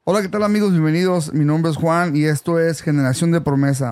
Hola, ¿qué tal amigos? Bienvenidos. Mi nombre es Juan y esto es Generación de Promesa.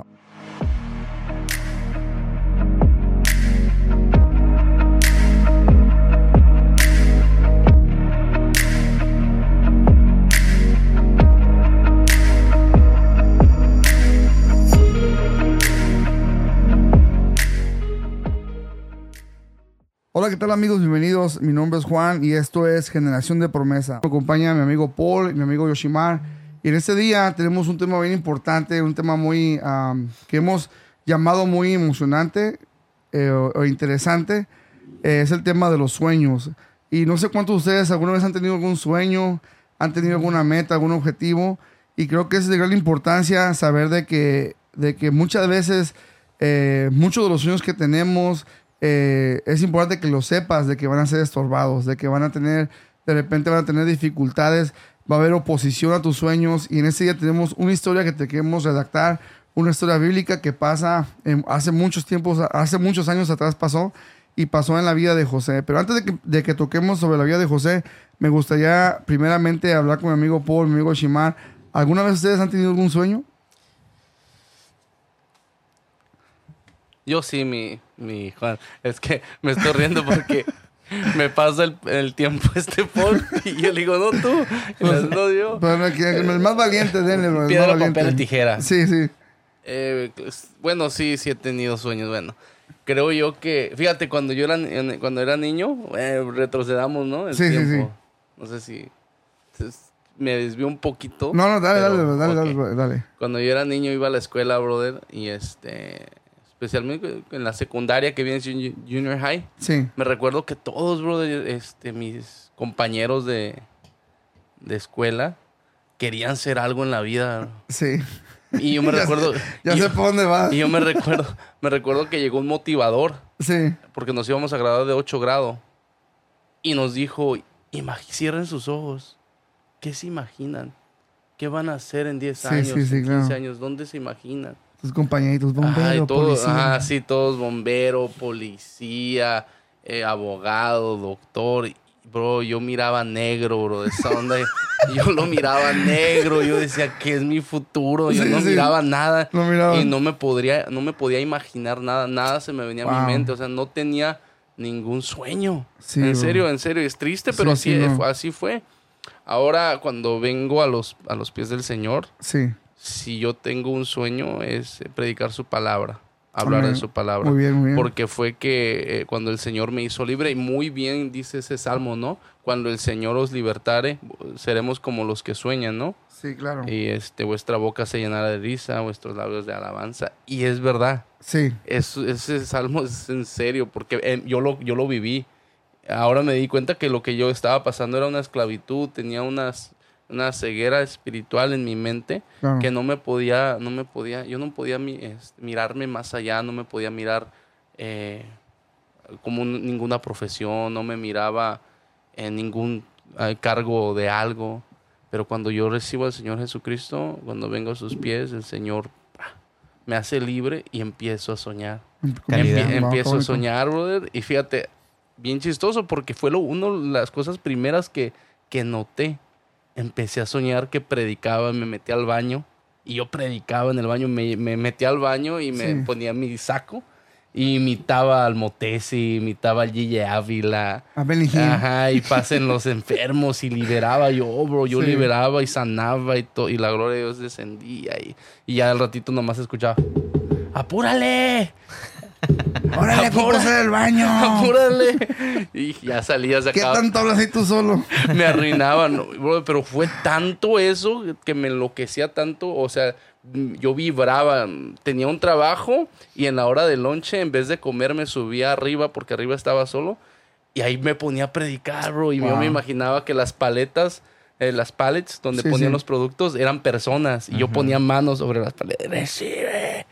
Hola, ¿qué tal amigos? Bienvenidos. Mi nombre es Juan y esto es Generación de Promesa. Me acompaña mi amigo Paul y mi amigo Yoshimar. Y en este día tenemos un tema bien importante, un tema muy que hemos llamado muy emocionante o interesante. Es el tema de los sueños. Y no sé cuántos de ustedes alguna vez han tenido algún sueño, han tenido alguna meta, algún objetivo. Y creo que es de gran importancia saber de que muchas veces muchos de los sueños que tenemos... es importante que lo sepas, de que van a ser estorbados, de que de repente van a tener dificultades, va a haber oposición a tus sueños. Y en este día tenemos una historia que te queremos redactar, una historia bíblica que pasa hace muchos años atrás pasó en la vida de José. Pero antes de que toquemos sobre la vida de José, me gustaría primeramente hablar con mi amigo Paul, mi amigo Shimar. ¿Alguna vez ustedes han tenido algún sueño? Yo sí, mi Juan. Es que me estoy riendo porque me pasa el tiempo Paul y yo le digo, no tú. No yo. Pero el más valiente, denle, bro. Piedra, papel y tijera. Sí, sí. Bueno, sí he tenido sueños. Bueno, creo yo que... Fíjate, cuando era niño, retrocedamos, ¿no? El tiempo. Sí. No sé si... me desvió un poquito. No, dale. Cuando yo era niño iba a la escuela, brother, y especialmente en la secundaria que viene siendo junior high. Sí. Me recuerdo que todos, brother, mis compañeros de escuela querían ser algo en la vida. Sí. Y yo me recuerdo... ya sé por dónde vas. Y yo me recuerdo que llegó un motivador. Sí. Porque nos íbamos a graduar de 8 grado. Y nos dijo, cierren sus ojos. ¿Qué se imaginan? ¿Qué van a hacer en 10 años, en 15 años? ¿Dónde se imaginan? Tus compañeritos, bombero, policía. Sí, todos, bombero, policía, abogado, doctor. Bro, yo miraba negro, bro, de esa onda. Yo lo miraba negro, yo decía que es mi futuro. Yo no miraba nada. Y no me podía imaginar nada se me venía a mi mente. O sea, no tenía ningún sueño. Sí, en serio. Es triste, pero así fue. Ahora, cuando vengo a los pies del Señor... Sí. Si yo tengo un sueño es predicar su palabra, hablar de su palabra. Muy bien. Porque fue que cuando el Señor me hizo libre, y muy bien dice ese salmo, ¿no? Cuando el Señor os libertare, seremos como los que sueñan, ¿no? Sí, claro. Y vuestra boca se llenará de risa, vuestros labios de alabanza. Y es verdad. Sí. Ese salmo es en serio, porque yo lo viví. Ahora me di cuenta que lo que yo estaba pasando era una esclavitud, tenía una ceguera espiritual en mi mente, claro, que yo no podía mirarme más allá, no me podía mirar como ninguna profesión, no me miraba en ningún cargo de algo. Pero cuando yo recibo al Señor Jesucristo, cuando vengo a sus pies, el Señor me hace libre y empiezo a soñar. Empiezo a soñar, brother. Y fíjate, bien chistoso, porque fue una de las cosas primeras que noté. Empecé a soñar que predicaba, me metí al baño y yo predicaba en el baño, me metí al baño y me ponía mi saco y imitaba al Motesi, imitaba al Gille Ávila. A Benny Hill. Ajá, y pasen los enfermos y liberaba yo liberaba y sanaba y la gloria de Dios descendía y ya al ratito nomás escuchaba, ¡apúrale! ¡Órale, apúrale el baño! ¡Apúrale! Y ya salía, se acababa. ¿Qué tanto hablas ahí tú solo? Me arruinaban, bro, pero fue tanto eso que me enloquecía tanto. O sea, yo vibraba. Tenía un trabajo y en la hora del lonche, en vez de comer, me subía arriba porque arriba estaba solo. Y ahí me ponía a predicar, bro. Y yo me imaginaba que las pallets donde ponían los productos eran personas. Y yo ponía manos sobre las paletas. ¡Recibe!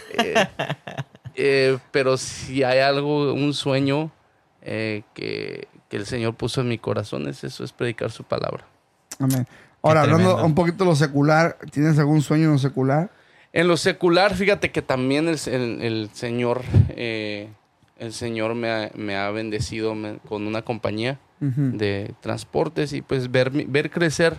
Pero si hay un sueño que el Señor puso en mi corazón, es predicar su palabra. Amén. Ahora, hablando un poquito de lo secular, ¿tienes algún sueño en lo secular? En lo secular, fíjate que también el Señor me ha bendecido con una compañía. de transportes y pues ver crecer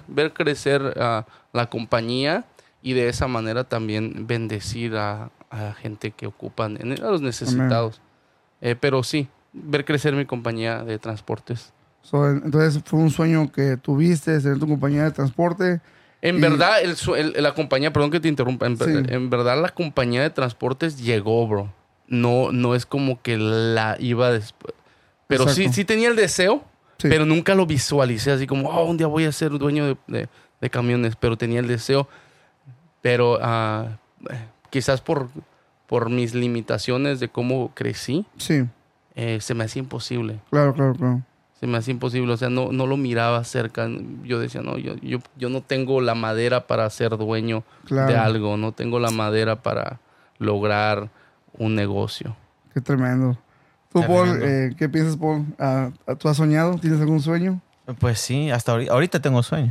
la compañía y de esa manera también bendecir a gente que ocupan, a los necesitados. Pero sí, ver crecer mi compañía de transportes. Entonces fue un sueño que tuviste, tener tu compañía de transporte. En verdad, la compañía, perdón que te interrumpa, en verdad la compañía de transportes llegó, bro. No es como que la iba después. Pero sí tenía el deseo, pero nunca lo visualicé así como, un día voy a ser dueño de camiones, pero tenía el deseo. Pero quizás por mis limitaciones de cómo crecí, se me hacía imposible. Claro. Se me hacía imposible, o sea, no lo miraba cerca. Yo decía, no, yo no tengo la madera para ser dueño de algo, no tengo la madera para lograr un negocio. Qué tremendo. ¿Tú, Paul, qué piensas, Paul? ¿Tú has soñado? ¿Tienes algún sueño? Pues sí, hasta ahorita tengo sueño.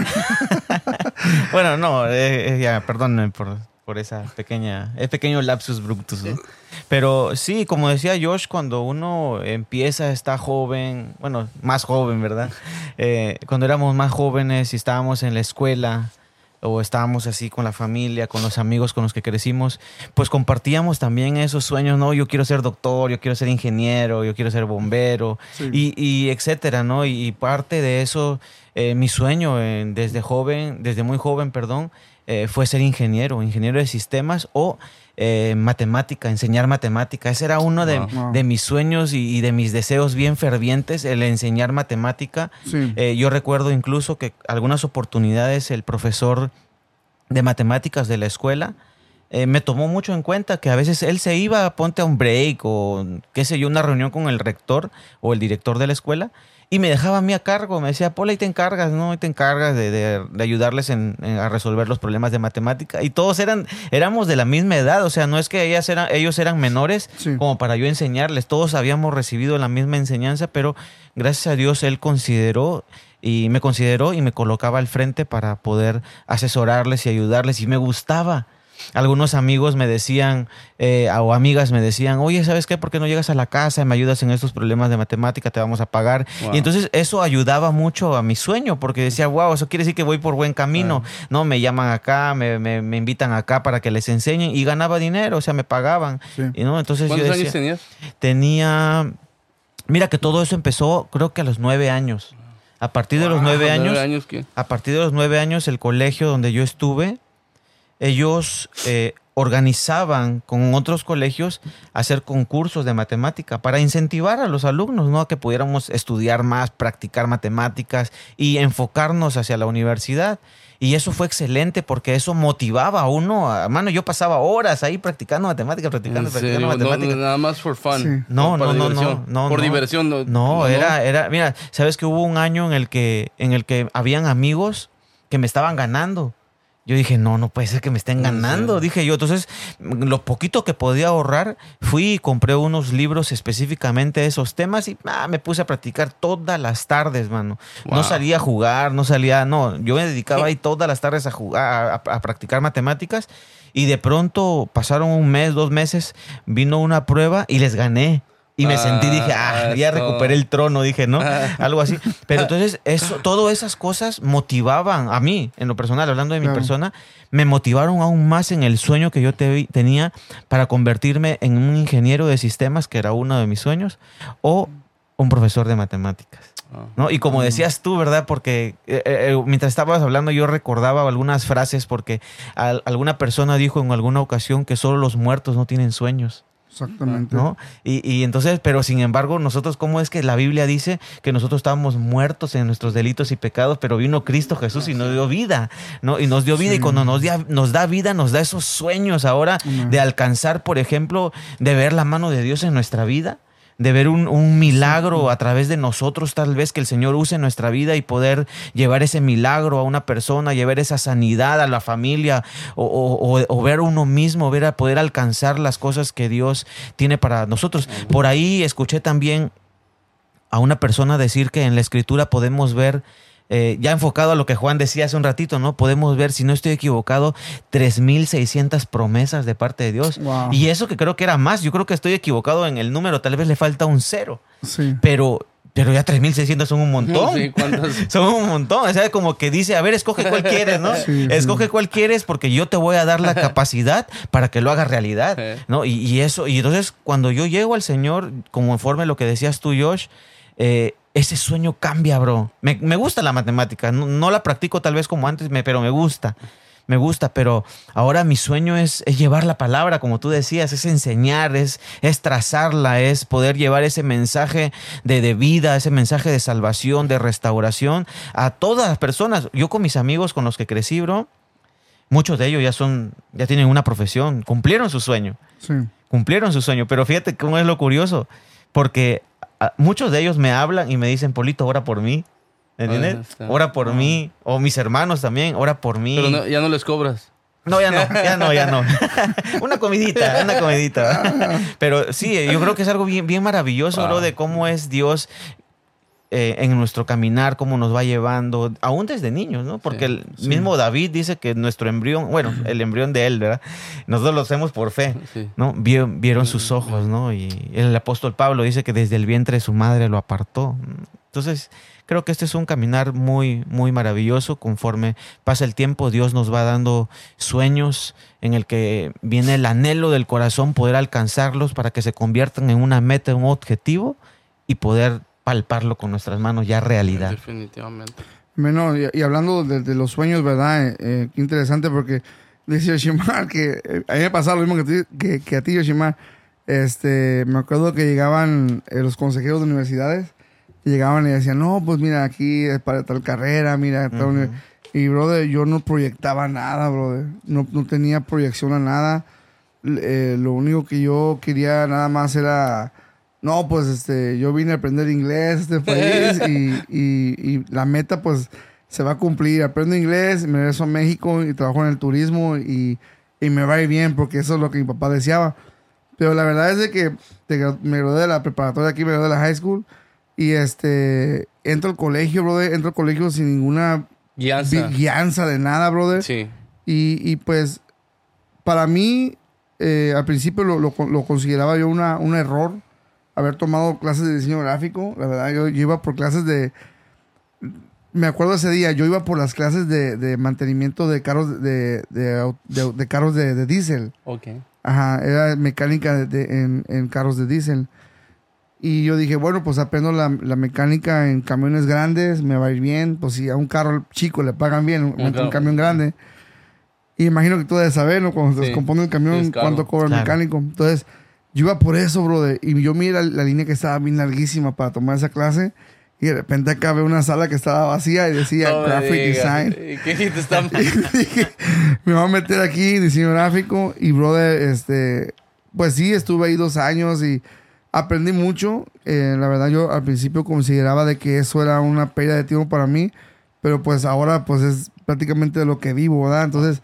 Bueno, no, ya, perdónenme por ese pequeño lapsus bructus, ¿no? Pero sí, como decía Josh, cuando uno empieza, está joven, bueno, más joven, ¿verdad? Cuando éramos más jóvenes y estábamos en la escuela o estábamos así con la familia, con los amigos con los que crecimos, pues compartíamos también esos sueños, ¿no? Yo quiero ser doctor, yo quiero ser ingeniero, yo quiero ser bombero, y etcétera, ¿no? Y parte de eso, mi sueño desde muy joven, fue ser ingeniero de sistemas o matemática, enseñar matemática. Ese era uno de mis sueños y de mis deseos bien fervientes, el enseñar matemática. Yo recuerdo incluso que algunas oportunidades el profesor de matemáticas de la escuela me tomó mucho en cuenta, que a veces él se iba, ponte a un break o qué sé yo, una reunión con el rector o el director de la escuela, y me dejaba a mí a cargo. Me decía, Paul, ahí te encargas, ¿no? Ahí te encargas de ayudarles a resolver los problemas de matemática. Y todos éramos de la misma edad. O sea, no es que ellos eran menores como para yo enseñarles. Todos habíamos recibido la misma enseñanza, pero gracias a Dios él me consideró y me colocaba al frente para poder asesorarles y ayudarles. Y me gustaba. Algunos amigos me decían, o amigas me decían, oye, ¿sabes qué? ¿Por qué no llegas a la casa y me ayudas en estos problemas de matemática? Te vamos a pagar. Wow. Y entonces eso ayudaba mucho a mi sueño, porque decía, wow, eso quiere decir que voy por buen camino. No, me llaman acá, me invitan acá para que les enseñen, y ganaba dinero, o sea, me pagaban. Y, ¿no? Entonces ¿cuántos años tenías? Mira que todo eso empezó creo que a los 9 años. A partir de los 9 años, a partir de los 9 años, el colegio donde yo estuve, ellos organizaban con otros colegios hacer concursos de matemática para incentivar a los alumnos, ¿no? A que pudiéramos estudiar más, practicar matemáticas y enfocarnos hacia la universidad. Y eso fue excelente porque eso motivaba a uno. Mano, yo pasaba horas ahí practicando matemáticas, practicando matemáticas. No, nada más for fun. No. Por diversión. Era, mira, sabes que hubo un año en el que habían amigos que me estaban ganando. Yo dije, no puede ser que me estén ganando, dije yo. Entonces, lo poquito que podía ahorrar, fui y compré unos libros específicamente de esos temas y me puse a practicar todas las tardes, mano. Wow. No salía a jugar, yo me dedicaba ahí todas las tardes a jugar, a practicar matemáticas, y de pronto pasaron 1 mes, 2 meses, vino una prueba y les gané. Y me sentí, dije, ya recuperé el trono, dije, ¿no? Algo así. Pero entonces, todas esas cosas motivaban a mí, en lo personal, hablando de mi persona, me motivaron aún más en el sueño que yo tenía para convertirme en un ingeniero de sistemas, que era uno de mis sueños, o un profesor de matemáticas, ¿no? Y como decías tú, ¿verdad? Porque mientras estabas hablando yo recordaba algunas frases, porque alguna persona dijo en alguna ocasión que solo los muertos no tienen sueños. Exactamente. ¿No? Y entonces, pero sin embargo, nosotros, ¿cómo es que la Biblia dice que nosotros estábamos muertos en nuestros delitos y pecados, pero vino Cristo Jesús y nos dio vida, ¿no? Y nos dio vida, y cuando nos da vida, nos da esos sueños ahora de alcanzar, por ejemplo, de ver la mano de Dios en nuestra vida, de ver un milagro a través de nosotros, tal vez que el Señor use nuestra vida y poder llevar ese milagro a una persona, llevar esa sanidad a la familia, o ver uno mismo, poder alcanzar las cosas que Dios tiene para nosotros. Por ahí escuché también a una persona decir que en la Escritura podemos ver, ya enfocado a lo que Juan decía hace un ratito, ¿no? Podemos ver, si no estoy equivocado, 3,600 promesas de parte de Dios. Wow. Y eso que creo que era más. Yo creo que estoy equivocado en el número. Tal vez le falta un 0. Sí. Pero Pero ya 3,600 son un montón. Sí, ¿cuántas? Son un montón. O sea, como que dice, a ver, escoge cuál quieres, ¿no? Escoge cuál quieres porque yo te voy a dar la capacidad para que lo hagas realidad, ¿no? Y eso, y entonces cuando yo llego al Señor, conforme a lo que decías tú, Josh, ese sueño cambia, bro. Me gusta la matemática. No la practico tal vez como antes, pero me gusta. Me gusta, pero ahora mi sueño es llevar la palabra, como tú decías, es enseñar, es trazarla, es poder llevar ese mensaje de vida, ese mensaje de salvación, de restauración a todas las personas. Yo con mis amigos con los que crecí, bro, muchos de ellos ya tienen una profesión, cumplieron su sueño. Sí. Cumplieron su sueño, pero fíjate cómo es lo curioso, porque muchos de ellos me hablan y me dicen, Polito, ora por mí. ¿Entiendes? Ora por mí. O mis hermanos también, ora por mí. Pero ya no les cobras. No, ya no. Una comidita. Pero sí, yo creo que es algo bien, bien maravilloso, bro, de cómo es Dios en nuestro caminar, cómo nos va llevando, aún desde niños, ¿no? Porque el mismo David dice que nuestro embrión, bueno, el embrión de él, ¿verdad? Nosotros lo hacemos por fe, ¿no? Vieron sus ojos, ¿no? Y el apóstol Pablo dice que desde el vientre de su madre lo apartó. Entonces, creo que este es un caminar muy, muy maravilloso. Conforme pasa el tiempo, Dios nos va dando sueños en el que viene el anhelo del corazón, poder alcanzarlos para que se conviertan en una meta, un objetivo y poder palparlo con nuestras manos ya realidad. Definitivamente. Bueno, y hablando de los sueños, ¿verdad? Qué interesante porque dice Yoshimar que a mí me pasaba lo mismo que a ti, Yoshimar. Me acuerdo que llegaban los consejeros de universidades y llegaban y decían, no, pues mira, aquí es para tal carrera, mira, tal y brother, yo no proyectaba nada, brother. No tenía proyección a nada. Lo único que yo quería nada más era... No, pues yo vine a aprender inglés a este país y la meta pues se va a cumplir. Aprendo inglés, me regreso a México y trabajo en el turismo y me va a ir bien porque eso es lo que mi papá deseaba. Pero la verdad es de que me gradué de la preparatoria aquí, me gradué de la high school y entro al colegio, brother, sin ninguna guianza de nada, brother. Sí. Y pues para mí al principio lo consideraba yo un error haber tomado clases de diseño gráfico. La verdad, yo iba por clases de... Me acuerdo ese día, yo iba por las clases de mantenimiento de carros de carros de diésel. Ok. Ajá, era mecánica en carros de diésel. Y yo dije, bueno, pues aprendo la mecánica en camiones grandes, me va a ir bien. Pues si a un carro chico le pagan bien, un camión grande. Y imagino que tú debes saber, ¿no? Cuando se descompone el camión, cuánto cobra el mecánico. Entonces... Yo iba por eso, brother. Y yo miré la línea que estaba bien larguísima para tomar esa clase. Y de repente acá veo una sala que estaba vacía y decía Graphic Design. ¿Qué dijiste? Está mal. Y dije, me voy a meter aquí diseño gráfico. Y, brother, pues sí, estuve ahí 2 años y aprendí mucho. La verdad, yo al principio consideraba de que eso era una pérdida de tiempo para mí. Pero pues ahora pues es prácticamente lo que vivo, ¿verdad? Entonces,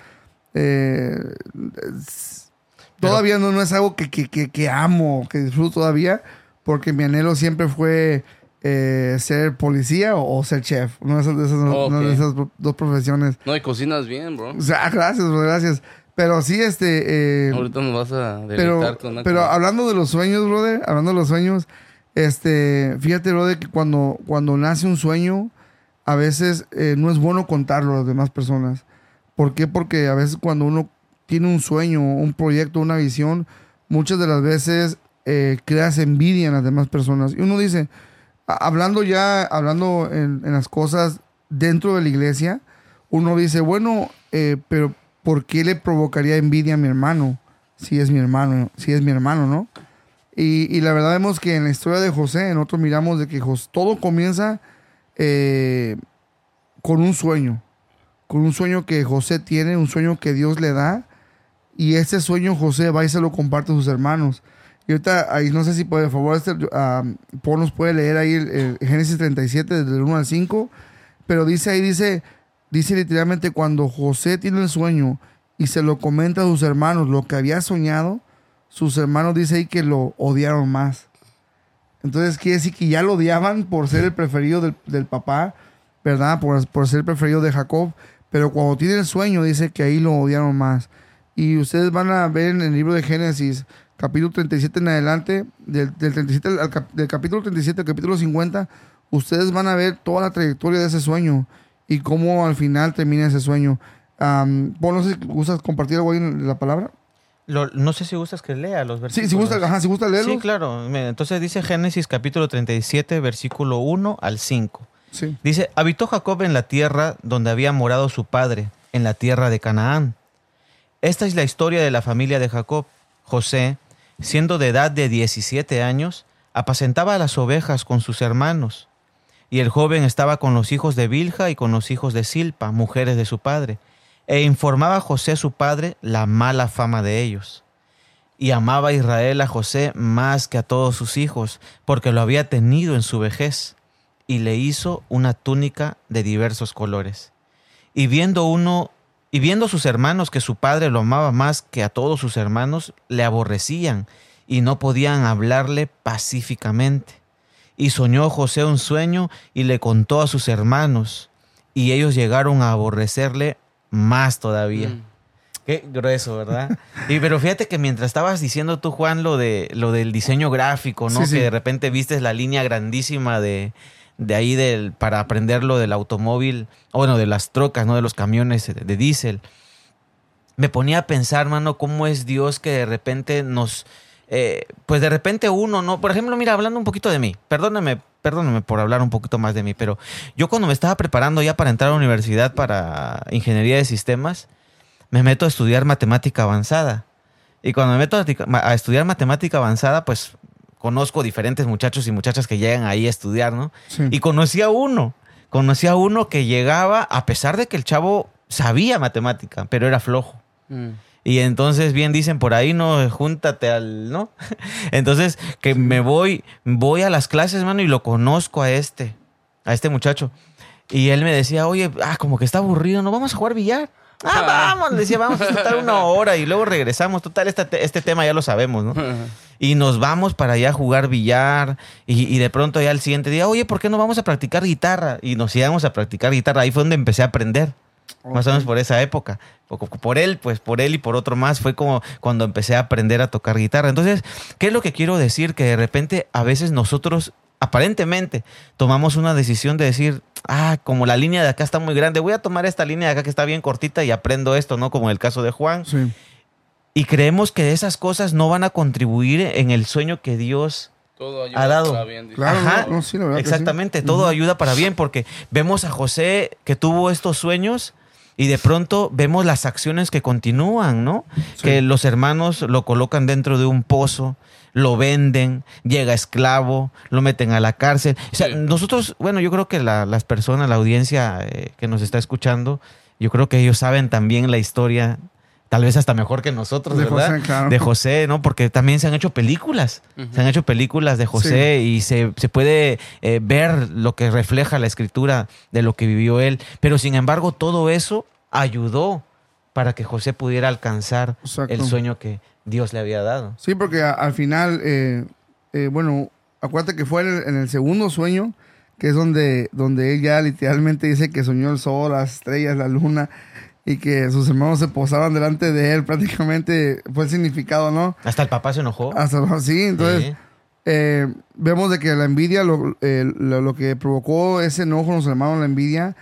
todavía no es algo que amo, que disfruto todavía, porque mi anhelo siempre fue ser policía o ser chef. Una de esas 2 profesiones. No, y cocinas bien, bro. O sea, gracias, bro, gracias. Pero sí, ahorita nos vas a deleitar con una Pero hablando de los sueños, brother, fíjate, brother, que cuando nace un sueño, a veces no es bueno contarlo a las demás personas. ¿Por qué? Porque a veces cuando uno tiene un sueño, un proyecto, una visión, muchas de las veces creas envidia en las demás personas. Y uno dice, hablando en las cosas dentro de la iglesia, uno dice, bueno, pero ¿por qué le provocaría envidia a mi hermano? Si es mi hermano, ¿no? Y la verdad vemos que en la historia de José, nosotros miramos de que todo comienza con un sueño que José tiene, un sueño que Dios le da. Y ese sueño José va y se lo comparte a sus hermanos. Y ahorita, ahí no sé si por favor Paul nos puede leer ahí el Génesis 37, desde el 1 al 5. Pero dice literalmente cuando José tiene el sueño y se lo comenta a sus hermanos lo que había soñado, sus hermanos dice ahí que lo odiaron más. Entonces quiere decir que ya lo odiaban por ser el preferido del papá, ¿verdad? Por ser el preferido de Jacob. Pero cuando tiene el sueño dice que ahí lo odiaron más. Y ustedes van a ver en el libro de Génesis capítulo 37 en adelante, del capítulo 37 al capítulo 50, ustedes van a ver toda la trayectoria de ese sueño y cómo al final termina ese sueño. Paul, no sé si gustas compartir algo ahí en la palabra. No sé si gustas que lea los versículos. Sí, si gusta leerlo. Sí, claro. Entonces dice Génesis capítulo 37, versículo 1 al 5. Sí. Dice, habitó Jacob en la tierra donde había morado su padre, en la tierra de Canaán. Esta es la historia de la familia de Jacob. José, siendo de edad de 17 años, apacentaba las ovejas con sus hermanos. Y el joven estaba con los hijos de Bilha y con los hijos de Silpa, mujeres de su padre. E informaba a José su padre la mala fama de ellos. Y amaba Israel a José más que a todos sus hijos, porque lo había tenido en su vejez. Y le hizo una túnica de diversos colores. Y viendo sus hermanos que su padre lo amaba más que a todos sus hermanos, le aborrecían y no podían hablarle pacíficamente. Y soñó José un sueño y le contó a sus hermanos, y ellos llegaron a aborrecerle más todavía. Qué grueso, ¿verdad? Pero fíjate que mientras estabas diciendo tú, Juan, lo del diseño gráfico, ¿no? Sí. Que de repente vistes la línea grandísima de ahí para aprender lo del automóvil, o bueno, de las trocas, ¿no? De los camiones de diésel. Me ponía a pensar, mano, cómo es Dios que de repente nos... pues de repente uno, ¿no? Por ejemplo, mira, hablando un poquito de mí, perdóname por hablar un poquito más de mí, pero yo cuando me estaba preparando ya para entrar a la universidad para ingeniería de sistemas, me meto a estudiar matemática avanzada. Y cuando me meto a estudiar matemática avanzada, pues conozco diferentes muchachos y muchachas que llegan ahí a estudiar, ¿no? Sí. Y conocí a uno que llegaba, a pesar de que el chavo sabía matemática, pero era flojo. Y entonces bien dicen por ahí, ¿no? Júntate ¿no? Entonces que me voy a las clases, mano, y lo conozco a este muchacho. Y él me decía, oye, como que está aburrido, ¿no? Vamos a jugar billar. Vamos, le decía, vamos a estar 1 hora y luego regresamos. Total, este tema ya lo sabemos, ¿no? Y nos vamos para allá a jugar billar y de pronto ya al siguiente día, oye, ¿por qué no vamos a practicar guitarra? Y nos íbamos a practicar guitarra. Ahí fue donde empecé a aprender. Okay. Más o menos por esa época. Por él y por otro más fue como cuando empecé a aprender a tocar guitarra. Entonces, ¿qué es lo que quiero decir? Que de repente a veces nosotros aparentemente tomamos una decisión de decir, como la línea de acá está muy grande, voy a tomar esta línea de acá que está bien cortita y aprendo esto, ¿no? Como en el caso de Juan. Sí. Y creemos que esas cosas no van a contribuir en el sueño que Dios todo ayuda ha dado. Para bien, dice. Claro, no, sí, la verdad. Exactamente, sí. Todo ayuda para bien, porque vemos a José que tuvo estos sueños y de pronto vemos las acciones que continúan, ¿no? Sí. Que los hermanos lo colocan dentro de un pozo, lo venden, llega esclavo, lo meten a la cárcel. O sea, nosotros, bueno, yo creo que las personas, la audiencia que nos está escuchando, yo creo que ellos saben también la historia, tal vez hasta mejor que nosotros, de ¿verdad? José, claro. De José, ¿no? Porque también se han hecho películas. Se han hecho películas de José y se puede ver lo que refleja la escritura de lo que vivió él. Pero sin embargo, todo eso ayudó para que José pudiera alcanzar el sueño que Dios le había dado. Sí, porque al final, bueno, acuérdate que fue en el segundo sueño, que es donde él ya literalmente dice que soñó el sol, las estrellas, la luna, y que sus hermanos se posaban delante de él. Prácticamente fue el significado, ¿no? Hasta el papá se enojó. Sí, entonces vemos de que la envidia, lo que provocó ese enojo en los hermanos, la envidia,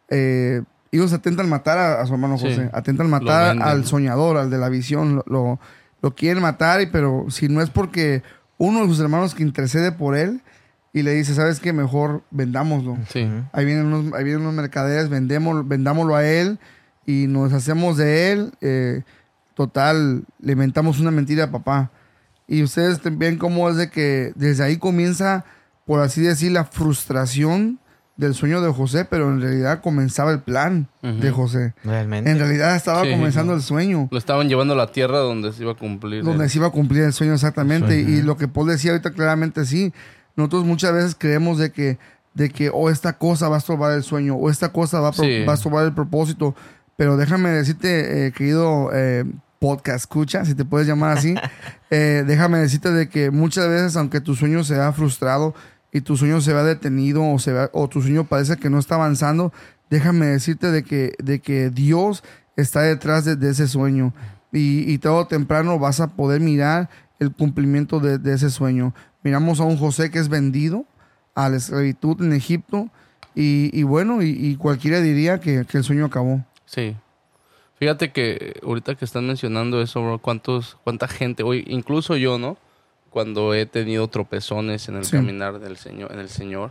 ellos atentan matar a su hermano José, atentan matar al soñador, al de la visión, lo quieren matar, pero si no es porque uno de sus hermanos que intercede por él y le dice, ¿sabes qué? Mejor vendámoslo. Sí. Ahí vienen unos mercaderes, vendámoslo a él y nos hacemos de él. Total, le inventamos una mentira a papá. Y ustedes ven cómo es de que desde ahí comienza, por así decir, la frustración del sueño de José, pero en realidad comenzaba el plan de José. Realmente. En realidad estaba comenzando el sueño. Lo estaban llevando a la tierra donde se iba a cumplir. Donde se iba a cumplir el sueño, exactamente. Y lo que Paul decía ahorita claramente, sí. Nosotros muchas veces creemos de que esta cosa va a estorbar el sueño, o esta cosa va a estorbar el propósito. Pero déjame decirte, querido podcast escucha, si te puedes llamar así, déjame decirte de que muchas veces, aunque tu sueño se vea frustrado y tu sueño se vea detenido o tu sueño parece que no está avanzando, déjame decirte de que Dios está detrás de ese sueño. Y tarde o temprano vas a poder mirar el cumplimiento de ese sueño. Miramos a un José que es vendido a la esclavitud en Egipto y bueno, y cualquiera diría que el sueño acabó. Sí. Fíjate que ahorita que están mencionando eso, bro, cuánta gente, hoy, incluso yo, ¿no? Cuando he tenido tropezones en el caminar del Señor, en el Señor,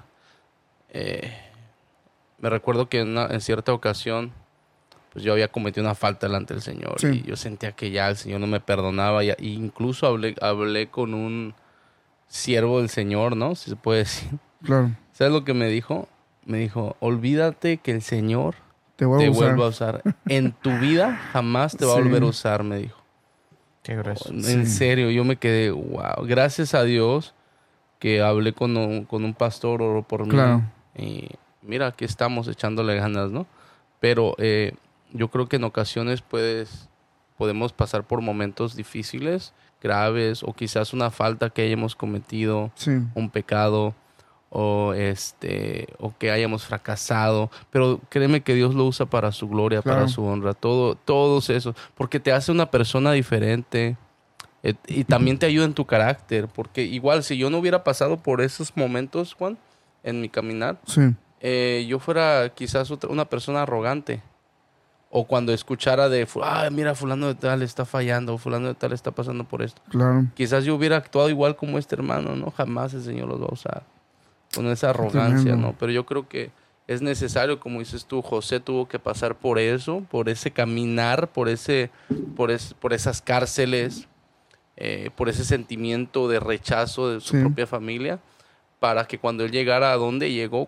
me recuerdo que en cierta ocasión, pues yo había cometido una falta delante del Señor y yo sentía que ya el Señor no me perdonaba y incluso hablé con un siervo del Señor, ¿no? Si se puede decir. Claro. ¿Sabes lo que me dijo? Me dijo, olvídate que el Señor te vuelva a usar. En tu vida jamás te va a volver a usar, me dijo. Qué grueso. En serio, yo me quedé, wow. Gracias a Dios que hablé con un pastor, oró por mí. Claro. Y mira, aquí estamos echándole ganas, ¿no? Pero yo creo que en ocasiones podemos pasar por momentos difíciles, graves, o quizás una falta que hayamos cometido, un pecado, o que hayamos fracasado, pero créeme que Dios lo usa para su gloria, para su honra, todos esos, porque te hace una persona diferente y también te ayuda en tu carácter, porque igual si yo no hubiera pasado por esos momentos, Juan, en mi caminar, yo fuera quizás una persona arrogante, o cuando escuchara mira, fulano de tal está fallando, fulano de tal está pasando por esto, quizás yo hubiera actuado igual como este hermano, ¿no? Jamás el Señor los va a usar con esa arrogancia, ¿no? Pero yo creo que es necesario, como dices tú, José tuvo que pasar por eso, por ese caminar, por esas cárceles, por ese sentimiento de rechazo de su propia familia, para que cuando él llegara a donde llegó,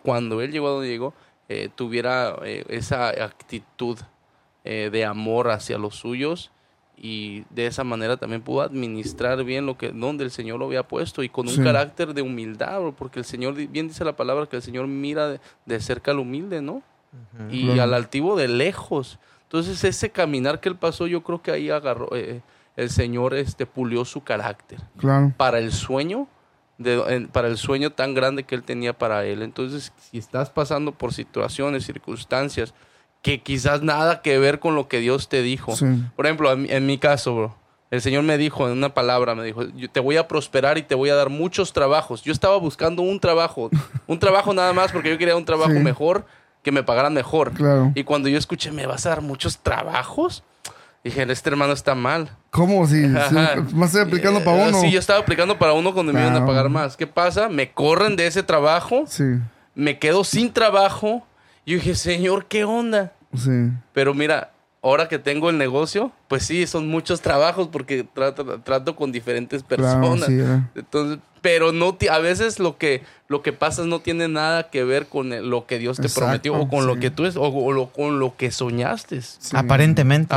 tuviera esa actitud de amor hacia los suyos, y de esa manera también pudo administrar bien donde el Señor lo había puesto, y con un carácter de humildad, bro, porque el Señor, bien dice la palabra, que el Señor mira de cerca al humilde, ¿no? Y al altivo de lejos. Entonces ese caminar que él pasó, yo creo que ahí agarró, el Señor pulió su carácter para el sueño, para el sueño tan grande que él tenía para él. Entonces, si estás pasando por situaciones, circunstancias que quizás nada que ver con lo que Dios te dijo. Por ejemplo, en mi caso, bro, el Señor me dijo en una palabra, me dijo, yo te voy a prosperar y te voy a dar muchos trabajos. Yo estaba buscando un trabajo nada más, porque yo quería un trabajo mejor, que me pagaran mejor. Y cuando yo escuché, ¿me vas a dar muchos trabajos? Dije, este hermano está mal. ¿Cómo? Si más estoy aplicando para uno. Sí, yo estaba aplicando para uno cuando me iban a pagar más. ¿Qué pasa? Me corren de ese trabajo. Me quedo sin trabajo. Y yo dije, Señor, ¿qué onda? Pero mira, ahora que tengo el negocio, pues sí, son muchos trabajos, porque trato con diferentes personas. Entonces, pero a veces lo que pasa no tiene nada que ver con lo que Dios te prometió, o con lo que tú con lo que soñaste. Aparentemente.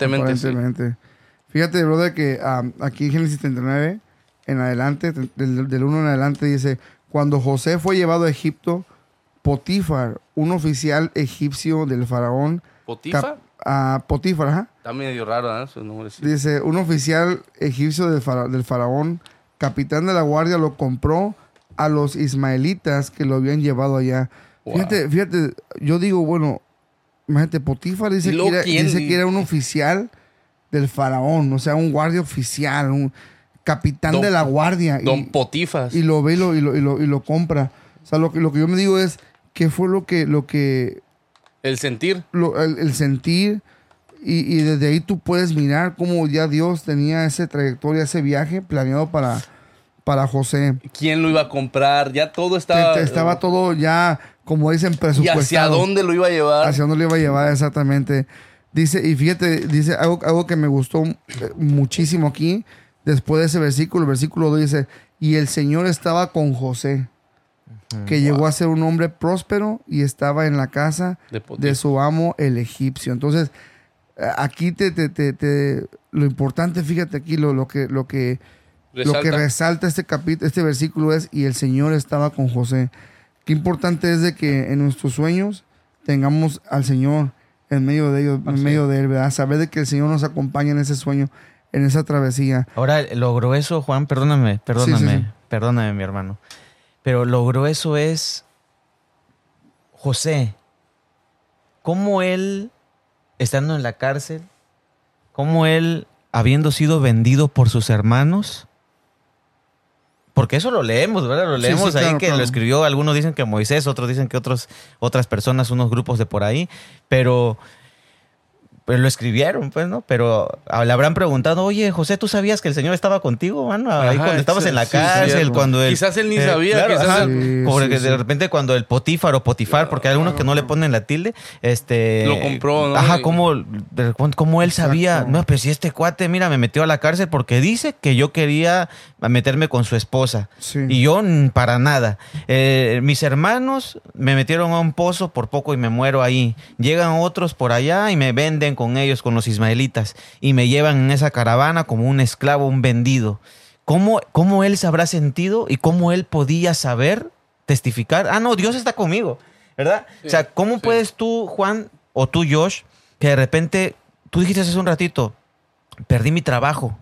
Fíjate, brother, que aquí en Génesis 39, en adelante, del 1 en adelante, dice, cuando José fue llevado a Egipto, Potifar, un oficial egipcio del faraón. ¿Potifar? Potifar, ajá. Está medio raro, ¿eh? Su nombre, sí. Dice, un oficial egipcio del faraón, capitán de la guardia, lo compró a los ismaelitas que lo habían llevado allá. Fíjate, yo digo, bueno, imagínate, Potifar dice que era un oficial del faraón, o sea, un guardia oficial, un capitán de la guardia. Don Potifar. Y lo ve y lo compra. O sea, lo que yo me digo es, ¿qué fue lo que el sentir? El sentir, y desde ahí tú puedes mirar cómo ya Dios tenía esa trayectoria, ese viaje planeado para José. ¿Quién lo iba a comprar? Ya todo estaba... Estaba todo ya, como dicen, presupuestado. ¿Y hacia dónde lo iba a llevar? Hacia dónde lo iba a llevar, exactamente. Dice, y fíjate, dice algo que me gustó muchísimo aquí, después de ese versículo, el versículo 2 dice, y el Señor estaba con José, que llegó a ser un hombre próspero y estaba en la casa de su amo el egipcio. Entonces, aquí lo importante, fíjate aquí, lo que resalta este versículo es, y el Señor estaba con José. Qué importante es de que en nuestros sueños tengamos al Señor en medio de ellos, en medio de él, ¿verdad? Saber de que el Señor nos acompaña en ese sueño, en esa travesía. Ahora, lo grueso, Juan, perdóname, mi hermano. Pero lo grueso es José. Cómo él, estando en la cárcel, cómo él, habiendo sido vendido por sus hermanos, Porque eso lo leemos, ¿verdad? Lo leemos sí, ahí claro, que claro. lo escribió, algunos dicen que Moisés, otros dicen que otras personas, unos grupos de por ahí, pero lo escribieron, pues, ¿no? Pero le habrán preguntado, oye, José, ¿tú sabías que el Señor estaba contigo, mano? Ahí Ajá, cuando estabas en la sí, cárcel, cierto. cuando Quizás él ni sabía, claro, quizás ajá, él- porque Sí, de sí. repente cuando el Potifar, porque hay algunos que no le ponen la tilde, Lo compró, ¿no? Ajá, Y- cómo él sabía, Exacto. no, pues si este cuate, mira, me metió a la cárcel porque dice que yo quería meterme con su esposa. Sí. Y yo para nada. Mis hermanos me metieron a un pozo por poco y me muero ahí. Llegan otros por allá y me venden con ellos, con los ismaelitas, y me llevan en esa caravana como un esclavo, un vendido. ¿Cómo él se habrá sentido y cómo él podía saber testificar? Ah, no, Dios está conmigo, ¿verdad? Sí, o sea, ¿cómo sí. puedes tú, Juan, o tú, Josh, que de repente, tú dijiste hace un ratito, perdí mi trabajo,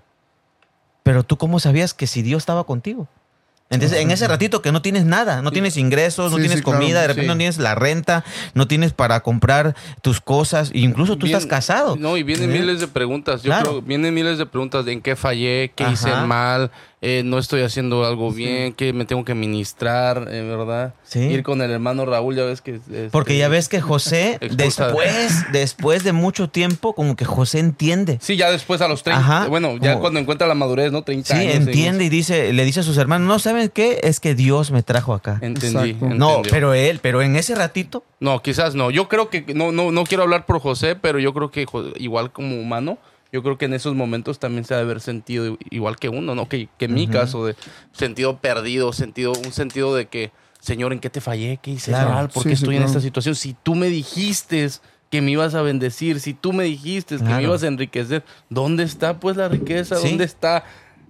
pero tú cómo sabías que si Dios estaba contigo? Entonces, en ese ratito que no tienes nada, no tienes ingresos, no Sí, tienes sí, claro. comida, de repente Sí. no tienes la renta, no tienes para comprar tus cosas, e incluso tú Bien- estás casado. No, y vienen ¿Eh? miles de preguntas. Yo Claro. creo, vienen miles de preguntas de en qué fallé, qué hice Ajá. mal, no estoy haciendo algo bien, que me tengo que ministrar, ¿verdad? Sí. Ir con el hermano Raúl, ya ves que... Porque ya ves que José, Expulsado. después de mucho tiempo, como que José entiende. Sí, ya después a los 30, Ajá. bueno, ya Como- cuando encuentra la madurez, ¿no? 30 Sí, años. entiende y le dice a sus hermanos, no, ¿saben qué? Es que Dios me trajo acá. Entendí, Exacto. No, entendió. pero en ese ratito, No, quizás no. Yo creo que, no quiero hablar por José, pero yo creo que igual como humano, yo creo que en esos momentos también se ha de haber sentido igual que uno, ¿no? Que en mi caso, de sentido perdido, un sentido de que, Señor, ¿en qué te fallé? ¿Qué hice Claro. mal? ¿Por qué Sí, sí, estoy en claro. esta situación? Si tú me dijiste que me ibas a bendecir, si tú me dijiste que Claro. me ibas a enriquecer, ¿dónde está pues la riqueza? Sí. ¿Dónde está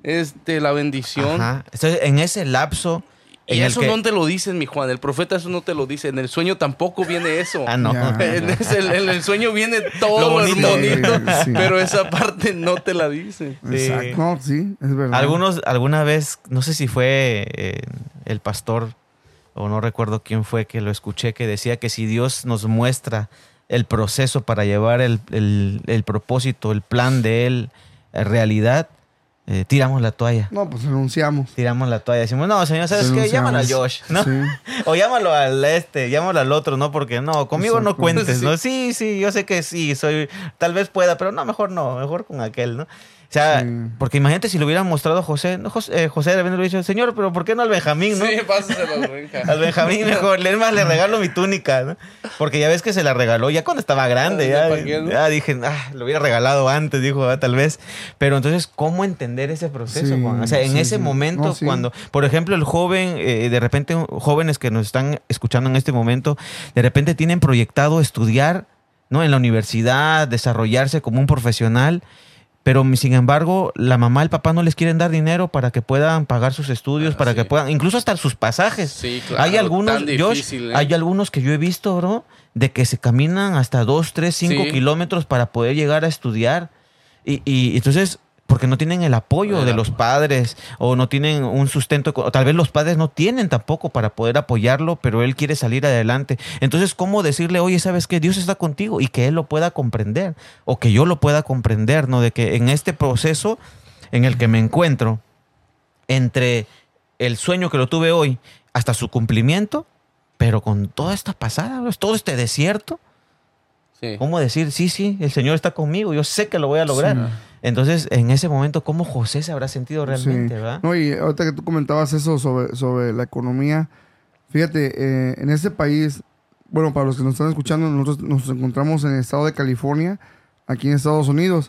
la bendición? ajá. Entonces, en ese lapso, Y en el eso que- no te lo dicen, mi Juan. El profeta eso no te lo dice. En el sueño tampoco viene eso. Ah, no. Ya. En el sueño viene Lo todo bonito. bonito, Sí. pero esa parte no te la dice. Exacto. No, sí, es verdad. alguna vez, no sé si fue el pastor o no recuerdo quién fue que lo escuché, que decía que si Dios nos muestra el proceso para llevar el propósito, el plan de Él a realidad, tiramos la toalla. No, pues renunciamos. Tiramos la toalla. Decimos, no, señor, ¿sabes qué? Llámalo a Josh, ¿no? Sí. O llámalo llámalo al otro, ¿no? Porque no, conmigo no Exacto. cuentes, Sí. ¿no? Sí, yo sé que sí, tal vez pueda, pero no, mejor con aquel, ¿no? O sea, Sí. porque imagínate si lo hubieran mostrado a José, ¿no? José de repente le dicho, señor, pero ¿por qué no al Benjamín, no? Sí, pásaselo, Benja. Al Benjamín mejor, le regalo mi túnica, ¿no? Porque ya ves que se la regaló ya cuando estaba grande, Ya, ya, ¿para qué, no? ya dije, lo hubiera regalado antes, dijo, tal vez. Pero entonces, ¿cómo entender ese proceso, Sí, Juan? O sea, en sí, ese sí. momento, No, sí. cuando, por ejemplo, el joven, de repente, jóvenes que nos están escuchando en este momento, de repente tienen proyectado estudiar, ¿no? En la universidad, desarrollarse como un profesional. Pero, sin embargo, la mamá y el papá no les quieren dar dinero para que puedan pagar sus estudios, para sí. que puedan, incluso hasta sus pasajes. Sí, claro. Hay algunos, tan Josh, difícil, ¿eh? hay algunos que yo he visto, bro, de que se caminan hasta 2, 3, 5 Sí. kilómetros para poder llegar a estudiar. Y entonces, porque no tienen el apoyo de los padres o no tienen un sustento, o tal vez los padres no tienen tampoco para poder apoyarlo, pero él quiere salir adelante. Entonces, ¿cómo decirle, oye, sabes que Dios está contigo y que él lo pueda comprender o que yo lo pueda comprender, ¿no? De que en este proceso en el que me encuentro, entre el sueño que lo tuve hoy hasta su cumplimiento, pero con toda esta pasada, bro, todo este desierto, Sí. ¿cómo decir, sí, el Señor está conmigo, yo sé que lo voy a lograr? Sí. Entonces, en ese momento, ¿cómo José se habrá sentido realmente, Sí. verdad? No, y ahorita que tú comentabas eso sobre la economía, fíjate, en este país, bueno, para los que nos están escuchando, nosotros nos encontramos en el estado de California, aquí en Estados Unidos.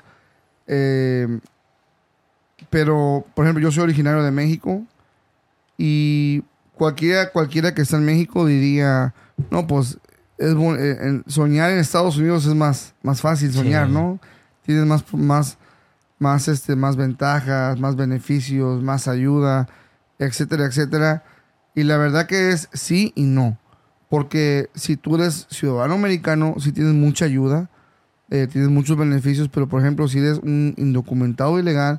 Pero, por ejemplo, yo soy originario de México y cualquiera que está en México diría, no, pues soñar en Estados Unidos es más fácil soñar, Sí. ¿no? Tienes más ventajas, más beneficios, más ayuda, etcétera, etcétera. Y la verdad que es sí y no. Porque si tú eres ciudadano americano, sí tienes mucha ayuda, tienes muchos beneficios, pero por ejemplo, si eres un indocumentado ilegal,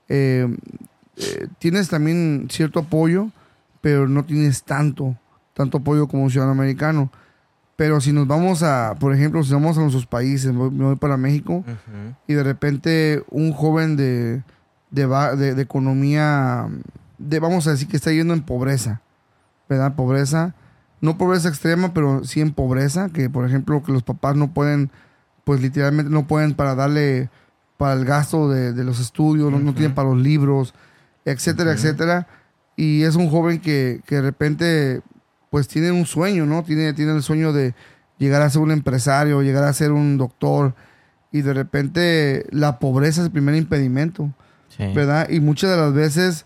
tienes también cierto apoyo, pero no tienes tanto apoyo como un ciudadano americano. Pero si nos vamos por ejemplo, si vamos a nuestros países, me voy para México, y de repente un joven de economía vamos a decir que está yendo en pobreza, ¿verdad? Pobreza, no pobreza extrema, pero sí en pobreza, que por ejemplo que los papás no pueden, pues literalmente no pueden para darle para el gasto de los estudios, no tienen para los libros, etcétera, etcétera. Y es un joven que de repente pues tiene un sueño, ¿no? Tiene el sueño de llegar a ser un empresario, llegar a ser un doctor, y de repente la pobreza es el primer impedimento, ¿verdad? Y muchas de las veces,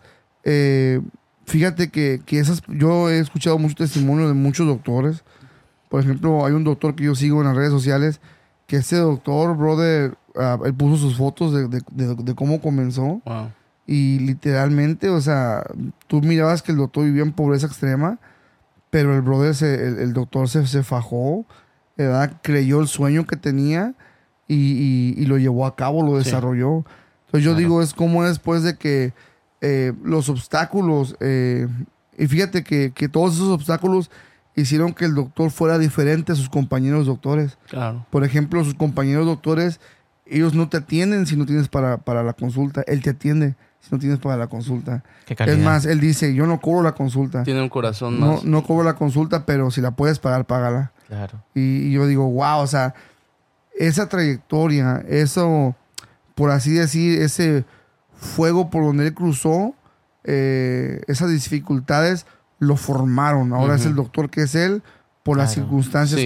fíjate que yo he escuchado muchos testimonios de muchos doctores. Por ejemplo, hay un doctor que yo sigo en las redes sociales, que ese doctor, brother, él puso sus fotos de cómo comenzó. Wow. Y literalmente, o sea, tú mirabas que el doctor vivía en pobreza extrema, pero el brother, el doctor se fajó, ¿verdad? Creyó el sueño que tenía y lo llevó a cabo, lo desarrolló. Entonces yo digo, es como después de que los obstáculos, y fíjate que todos esos obstáculos hicieron que el doctor fuera diferente a sus compañeros doctores. Claro. Por ejemplo, sus compañeros doctores, ellos no te atienden si no tienes para la consulta. Él te atiende si no tienes para la consulta. Qué calidad. Es más, él dice, yo no cobro la consulta. Tiene un corazón más. No cobro la consulta, pero si la puedes pagar, págala. Claro. Y yo digo, wow, o sea, esa trayectoria, eso, por así decir, ese fuego por donde él cruzó, esas dificultades lo formaron. Ahora es el doctor que es él por las circunstancias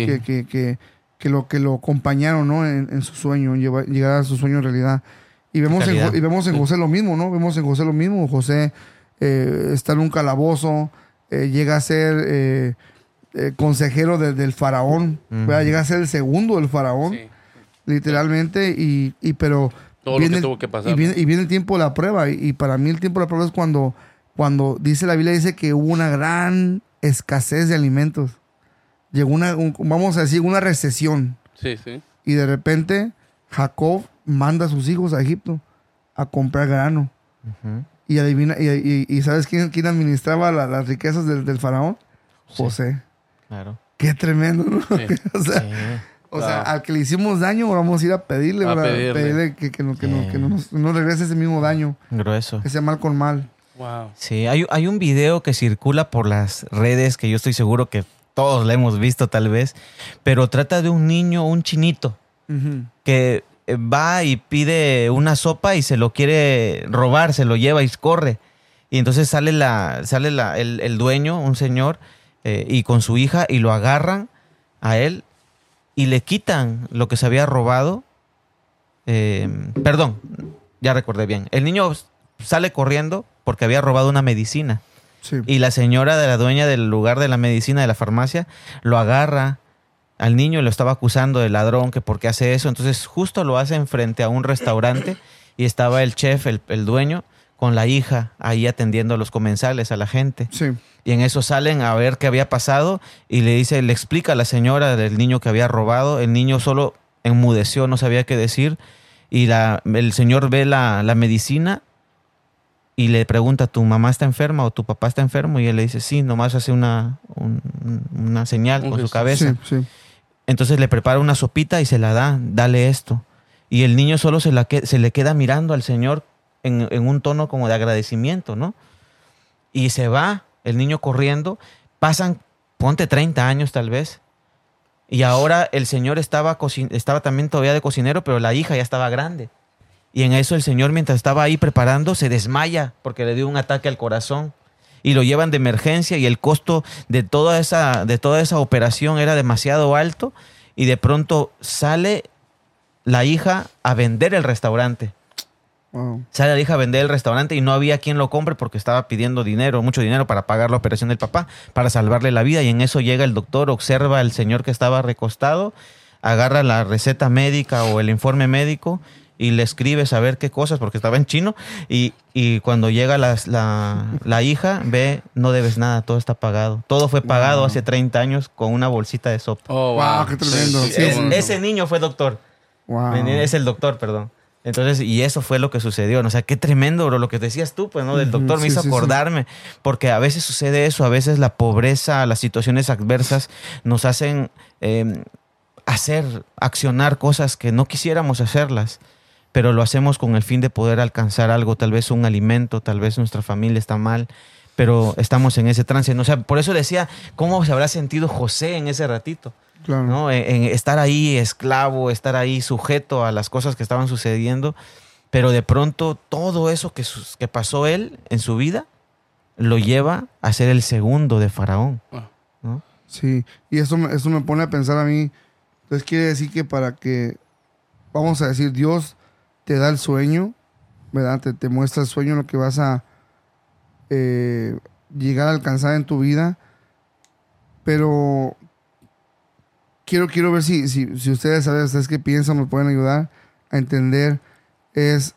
que lo acompañaron, ¿no? en su sueño, en llegar a su sueño en realidad. Y vemos en José lo mismo, ¿no? Vemos en José lo mismo. José está en un calabozo, llega a ser consejero del faraón, llega a ser el segundo del faraón, literalmente, pero todo lo que tuvo que pasar. Y viene el tiempo de la prueba, y para mí el tiempo de la prueba es cuando dice la Biblia, dice que hubo una gran escasez de alimentos. Llegó vamos a decir, una recesión. Sí, sí. Y de repente Jacob manda a sus hijos a Egipto a comprar grano. Y adivina, y ¿sabes quién administraba las riquezas del faraón? José. Claro. Qué tremendo, ¿no? Sí. O sea, al que le hicimos daño, vamos a ir a pedirle, pedirle que no regrese ese mismo daño. Grueso. Ese mal con mal. Wow. Sí, hay un video que circula por las redes que yo estoy seguro que todos lo hemos visto tal vez, pero trata de un niño, un chinito, que va y pide una sopa y se lo quiere robar, se lo lleva y corre. Y entonces sale el dueño, un señor, y con su hija, y lo agarran a él y le quitan lo que se había robado. Perdón, ya recordé bien. El niño sale corriendo porque había robado una medicina. Sí. Y la señora de la dueña del lugar de la medicina, de la farmacia, lo agarra al niño y lo estaba acusando de ladrón, que por qué hace eso. Entonces justo lo hacen frente a un restaurante y estaba el chef, el dueño, con la hija ahí atendiendo a los comensales, a la gente. Sí. Y en eso salen a ver qué había pasado y le explica a la señora del niño que había robado. El niño solo enmudeció, no sabía qué decir. Y el señor ve la medicina y le pregunta, ¿tu mamá está enferma o tu papá está enfermo? Y él le dice, sí, nomás hace una señal con su cabeza. Sí, sí. Entonces le prepara una sopita y se la da, dale esto. Y el niño solo se le queda mirando al señor en un tono como de agradecimiento, ¿no? Y se va el niño corriendo. Pasan, ponte 30 años tal vez. Y ahora el señor estaba también todavía de cocinero, pero la hija ya estaba grande. Y en eso el señor, mientras estaba ahí preparando, se desmaya porque le dio un ataque al corazón. Y lo llevan de emergencia y el costo de toda esa operación era demasiado alto. Y de pronto sale la hija a vender el restaurante. Wow. Sale la hija a vender el restaurante y no había quien lo compre porque estaba pidiendo mucho dinero para pagar la operación del papá, para salvarle la vida. Y en eso llega el doctor, observa al señor que estaba recostado, agarra la receta médica o el informe médico y le escribe saber qué cosas, porque estaba en chino. Y cuando llega la hija, ve, no debes nada, todo está pagado. Todo fue pagado hace 30 años con una bolsita de sopa. Oh, wow, qué tremendo. Sí, Ese niño fue doctor. Wow. Es el doctor, perdón. Entonces, y eso fue lo que sucedió, ¿no? O sea, qué tremendo, bro, lo que decías tú, pues, ¿no? Del doctor me hizo acordarme, porque a veces sucede eso, a veces la pobreza, las situaciones adversas nos hacen accionar cosas que no quisiéramos hacerlas, pero lo hacemos con el fin de poder alcanzar algo, tal vez un alimento, tal vez nuestra familia está mal, pero estamos en ese trance. ¿No? O sea, por eso decía, ¿cómo se habrá sentido José en ese ratito? Claro. ¿No? En estar ahí esclavo, estar ahí sujeto a las cosas que estaban sucediendo, pero de pronto todo eso que pasó él en su vida lo lleva a ser el segundo de Faraón, ¿no? Sí, y eso me pone a pensar a mí. Entonces quiere decir que para que, vamos a decir, Dios te da el sueño, ¿verdad? Te muestra el sueño, lo que vas a llegar a alcanzar en tu vida, pero quiero ver si ustedes saben, ustedes qué piensan, me pueden ayudar a entender, es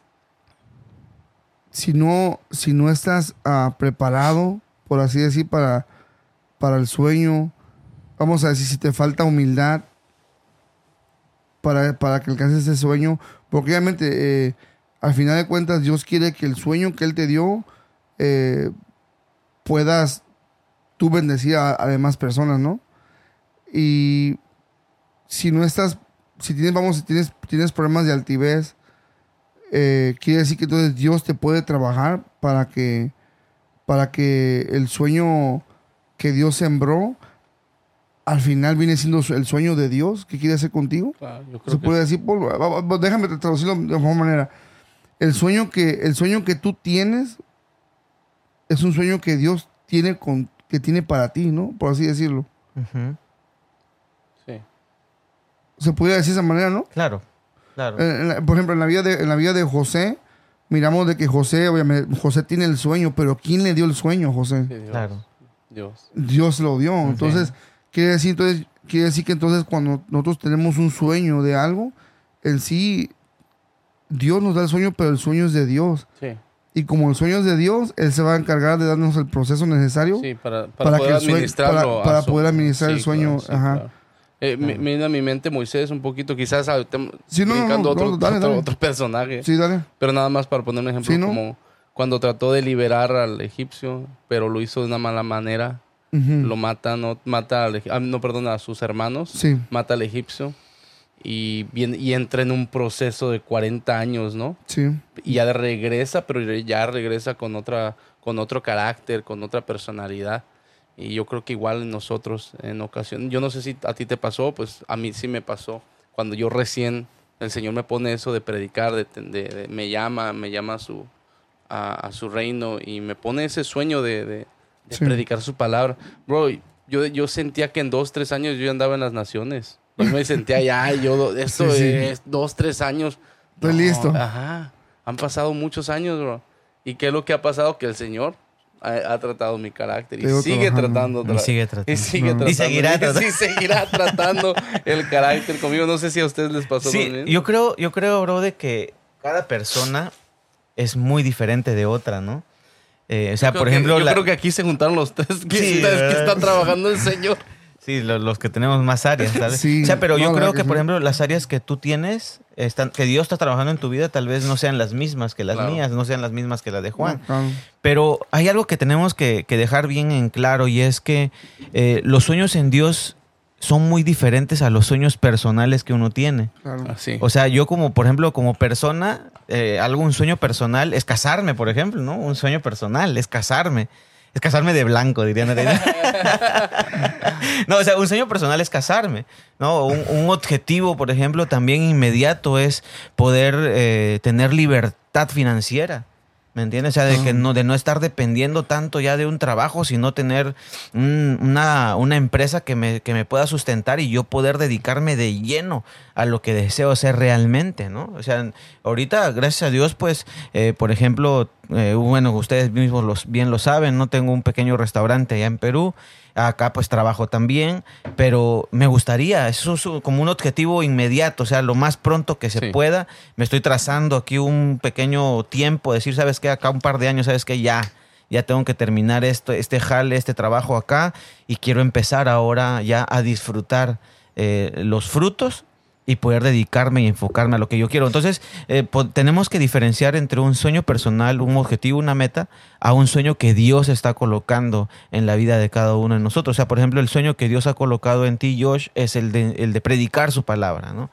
si no estás preparado, por así decir, para el sueño, vamos a decir, si te falta humildad para que alcances ese sueño, porque obviamente al final de cuentas Dios quiere que el sueño que Él te dio puedas tú bendecir a demás personas, ¿no? Y si tienes problemas de altivez, quiere decir que entonces Dios te puede trabajar para que el sueño que Dios sembró al final viene siendo el sueño de Dios que quiere hacer contigo. Claro, yo creo Se que puede decir, déjame traducirlo de mejor manera. El sueño que tú tienes es un sueño que Dios tiene para ti, ¿no? Por así decirlo. Uh-huh. sí. Se puede decir de esa manera, ¿no? Claro, claro. Por ejemplo, en la vida de José, miramos de que José, obviamente, José tiene el sueño, pero ¿quién le dio el sueño a José? Sí, Dios. Claro. Dios lo dio. Okay. Entonces, quiere decir que entonces cuando nosotros tenemos un sueño de algo, en sí, Dios nos da el sueño, pero el sueño es de Dios. Sí. Y como el sueño es de Dios, Él se va a encargar de darnos el proceso necesario Sí, para para poder que administrarlo. para poder administrar Sí, el sueño. claro, sí, Ajá. claro. Me viene a mi mente Moisés un poquito, quizás Sí, no, brincando dale. otro personaje. Sí, dale. Pero nada más para poner un ejemplo, Sí, ¿no? como cuando trató de liberar al egipcio, pero lo hizo de una mala manera. Ujú. Lo mata, a sus hermanos. Sí. Mata al egipcio y entra en un proceso de 40 años, ¿no? Sí. Y ya regresa, pero ya regresa con otro carácter, con otra personalidad. Y yo creo que igual en nosotros, en ocasión, yo no sé si a ti te pasó, pues a mí sí me pasó. Cuando yo recién, el Señor me pone eso de predicar, me llama a su reino y me pone ese sueño de Sí. predicar su palabra. Bro, yo sentía que en 2-3 años yo ya andaba en las naciones. Yo me sentía esto Sí. es 2-3 años. Estoy listo. Ajá. Han pasado muchos años, bro. ¿Y qué es lo que ha pasado? Que el Señor ha tratado mi carácter y Pero sigue trabajando. tratando. Y sigue tratando. Y sigue No. tratando. Y seguirá tratando. Sí, seguirá tratando el carácter conmigo. No sé si a ustedes les pasó Sí, lo mismo. yo creo, bro, de que cada persona es muy diferente de otra, ¿no? O sea, por ejemplo... Yo creo que aquí se juntaron los tres que, Sí, que está trabajando el Señor. Sí, los que tenemos más áreas, ¿sabes? Sí, o sea, pero yo no, creo que que, sí. por ejemplo, las áreas que tú tienes, que Dios está trabajando en tu vida, tal vez no sean las mismas que las Claro. mías, no sean las mismas que las de Juan. No, claro. Pero hay algo que tenemos que dejar bien en claro y es que los sueños en Dios son muy diferentes a los sueños personales que uno tiene. Claro. Así. O sea, yo por ejemplo, como persona, un sueño personal es casarme, por ejemplo, ¿no? Un sueño personal es casarme. Es casarme de blanco, dirían. No, o sea, un sueño personal es casarme, ¿no? Un objetivo, por ejemplo, también inmediato es poder tener libertad financiera. ¿Me entiendes? O sea, de no estar dependiendo tanto ya de un trabajo, sino tener una empresa que me pueda sustentar y yo poder dedicarme de lleno a lo que deseo ser realmente, ¿no? O sea, ahorita, gracias a Dios, pues, por ejemplo, bueno, ustedes mismos bien lo saben, ¿no? Tengo un pequeño restaurante allá en Perú. Acá pues trabajo también, pero me gustaría, eso es como un objetivo inmediato, o sea, lo más pronto que se Sí. pueda. Me estoy trazando aquí un pequeño tiempo, decir, ¿sabes qué? Acá un par de años, ¿sabes qué? Ya tengo que terminar este jale, este trabajo acá y quiero empezar ahora ya a disfrutar los frutos y poder dedicarme y enfocarme a lo que yo quiero. Entonces, tenemos que diferenciar entre un sueño personal, un objetivo, una meta, a un sueño que Dios está colocando en la vida de cada uno de nosotros. O sea, por ejemplo, el sueño que Dios ha colocado en ti, Josh, es el de predicar su palabra, ¿no?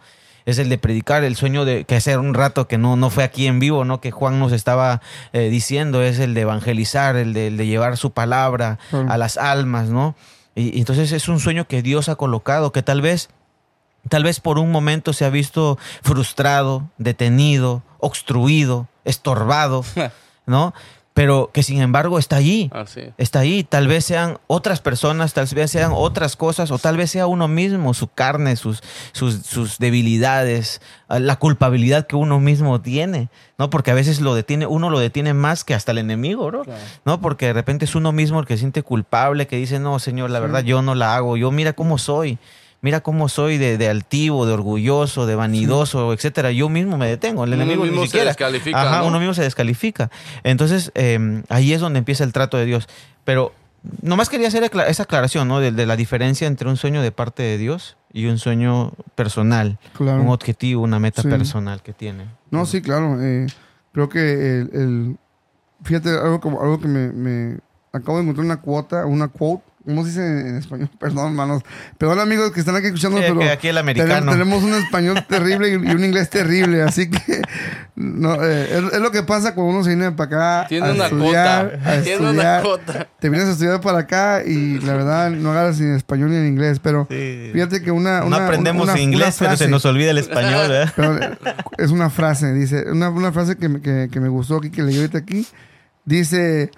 es el de predicar, el sueño de que hace un rato que no fue aquí en vivo, ¿no? Que Juan nos estaba diciendo, es el de evangelizar, el de llevar su palabra a las almas, ¿no? Y entonces es un sueño que Dios ha colocado, que tal vez por un momento se ha visto frustrado, detenido, obstruido, estorbado, ¿no? Pero que sin embargo está allí. Está ahí. Tal vez sean otras personas, tal vez sean otras cosas, o tal vez sea uno mismo, su carne, sus debilidades, la culpabilidad que uno mismo tiene, ¿no? Porque a veces uno lo detiene más que hasta el enemigo, ¿no? Claro. ¿No? Porque de repente es uno mismo el que se siente culpable, que dice, no, Señor, la verdad yo no la hago. Yo mira cómo soy. Mira cómo soy de altivo, de orgulloso, de vanidoso, etcétera. Yo mismo me detengo. El enemigo mismo ni siquiera. se descalifica, Ajá, ¿no? uno mismo se descalifica. Entonces, ahí es donde empieza el trato de Dios. Pero nomás quería hacer esa aclaración, ¿no? De la diferencia entre un sueño de parte de Dios y un sueño personal. Claro. Un objetivo, una meta Sí. personal que tiene. No, sí, claro. Creo que fíjate, algo que me acabo de encontrar una quote. ¿Cómo se dice en español? Perdón, hermanos. Perdón, amigos que están aquí escuchando, pero Que aquí el americano. tenemos un español terrible y un inglés terrible. Así que no, es lo que pasa cuando uno se viene para acá Tiene una estudiar. cota. Tiene una cota. Te vienes a estudiar para acá y la verdad no agarras ni en español ni en inglés. Pero Sí. fíjate que No aprendemos inglés, pero se nos olvida el español, ¿verdad? pero es una frase, dice, una frase que me gustó aquí, que leí ahorita aquí. Dice,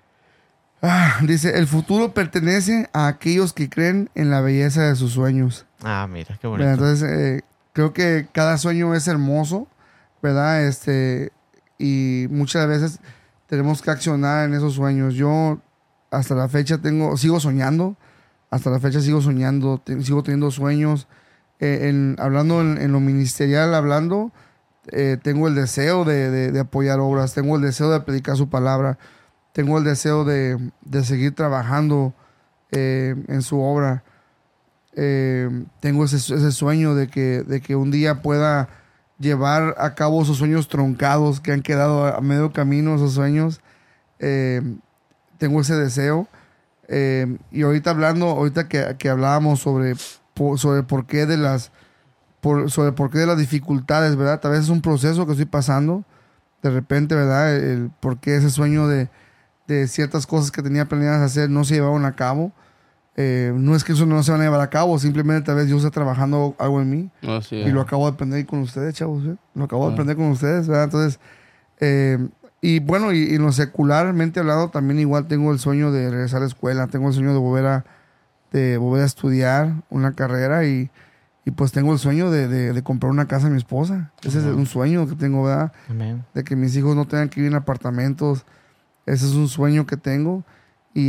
el futuro pertenece a aquellos que creen en la belleza de sus sueños. Ah, mira, qué bonito. Entonces, creo que cada sueño es hermoso, ¿verdad? Y muchas veces tenemos que accionar en esos sueños. Yo hasta la fecha sigo soñando. Hasta la fecha sigo soñando, sigo teniendo sueños. Hablando en lo ministerial, tengo el deseo de apoyar obras, tengo el deseo de predicar su palabra, tengo el deseo de seguir trabajando en su obra. Tengo ese sueño de que un día pueda llevar a cabo esos sueños truncados que han quedado a medio camino, esos sueños. Tengo ese deseo. Y ahorita que hablábamos sobre por qué de las dificultades, ¿verdad? Tal vez es un proceso que estoy pasando. De repente, ¿verdad? El por qué ese sueño de ciertas cosas que tenía planeadas hacer no se llevaron a cabo. No es que eso no se van a llevar a cabo, simplemente tal vez Dios está trabajando algo en mí. Así Y es. lo acabo de aprender con ustedes, chavos. Lo acabo de aprender con ustedes, ¿verdad? Entonces, y bueno, y en lo secularmente hablado, también igual tengo el sueño de regresar a la escuela. Tengo el sueño de volver a estudiar una carrera y pues tengo el sueño de comprar una casa a mi esposa. Ese es un sueño que tengo, ¿verdad? Amén. De que mis hijos no tengan que vivir en apartamentos. Ese es un sueño que tengo. Y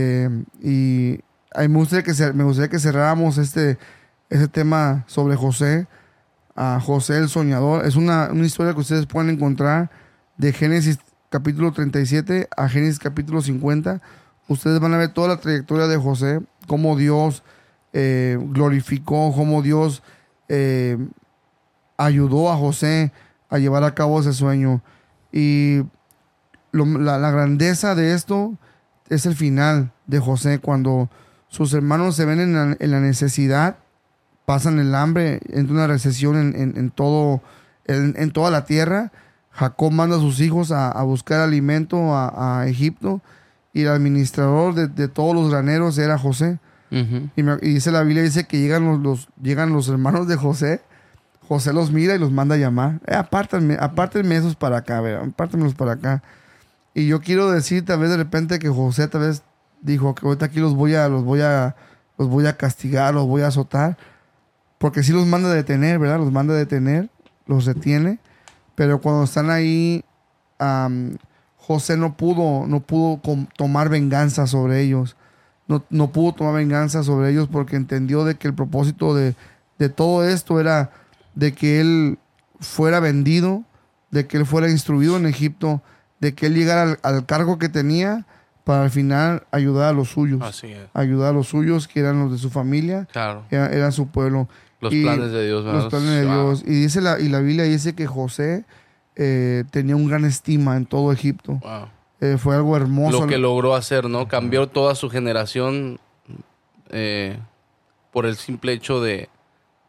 me gustaría que cerráramos ese tema sobre José. A José el soñador. Es una historia que ustedes pueden encontrar de Génesis capítulo 37 a Génesis capítulo 50. Ustedes van a ver toda la trayectoria de José, cómo Dios glorificó, cómo Dios ayudó a José a llevar a cabo ese sueño. Y la grandeza de esto es el final de José, cuando sus hermanos se ven en la necesidad, pasan el hambre, entra una recesión en toda la tierra. Jacob manda a sus hijos a buscar alimento a Egipto, y el administrador de todos los graneros era José. Ujú. Y dice la Biblia, dice que llegan los hermanos de José. José los mira y los manda a llamar. Apártenme esos para acá, apártenmelos para acá. Y yo quiero decir, tal vez de repente, que José tal vez dijo que ahorita aquí los voy a castigar, los voy a azotar. Porque sí los manda a detener, ¿verdad? Los manda a detener, los detiene. Pero cuando están ahí, José no pudo tomar venganza sobre ellos. No pudo tomar venganza sobre ellos porque entendió de que el propósito de todo esto era de que él fuera vendido, de que él fuera instruido en Egipto, de que él llegara al cargo que tenía para al final ayudar a los suyos. Así es. Ayudar a los suyos, que eran los de su familia, Claro. eran su pueblo. Los Y planes de Dios, ¿verdad? Los planes de Wow. Dios. Y la Biblia dice que José tenía un gran estima en todo Egipto. Wow. Fue algo hermoso. Lo que logró hacer, ¿no? Cambió toda su generación por el simple hecho de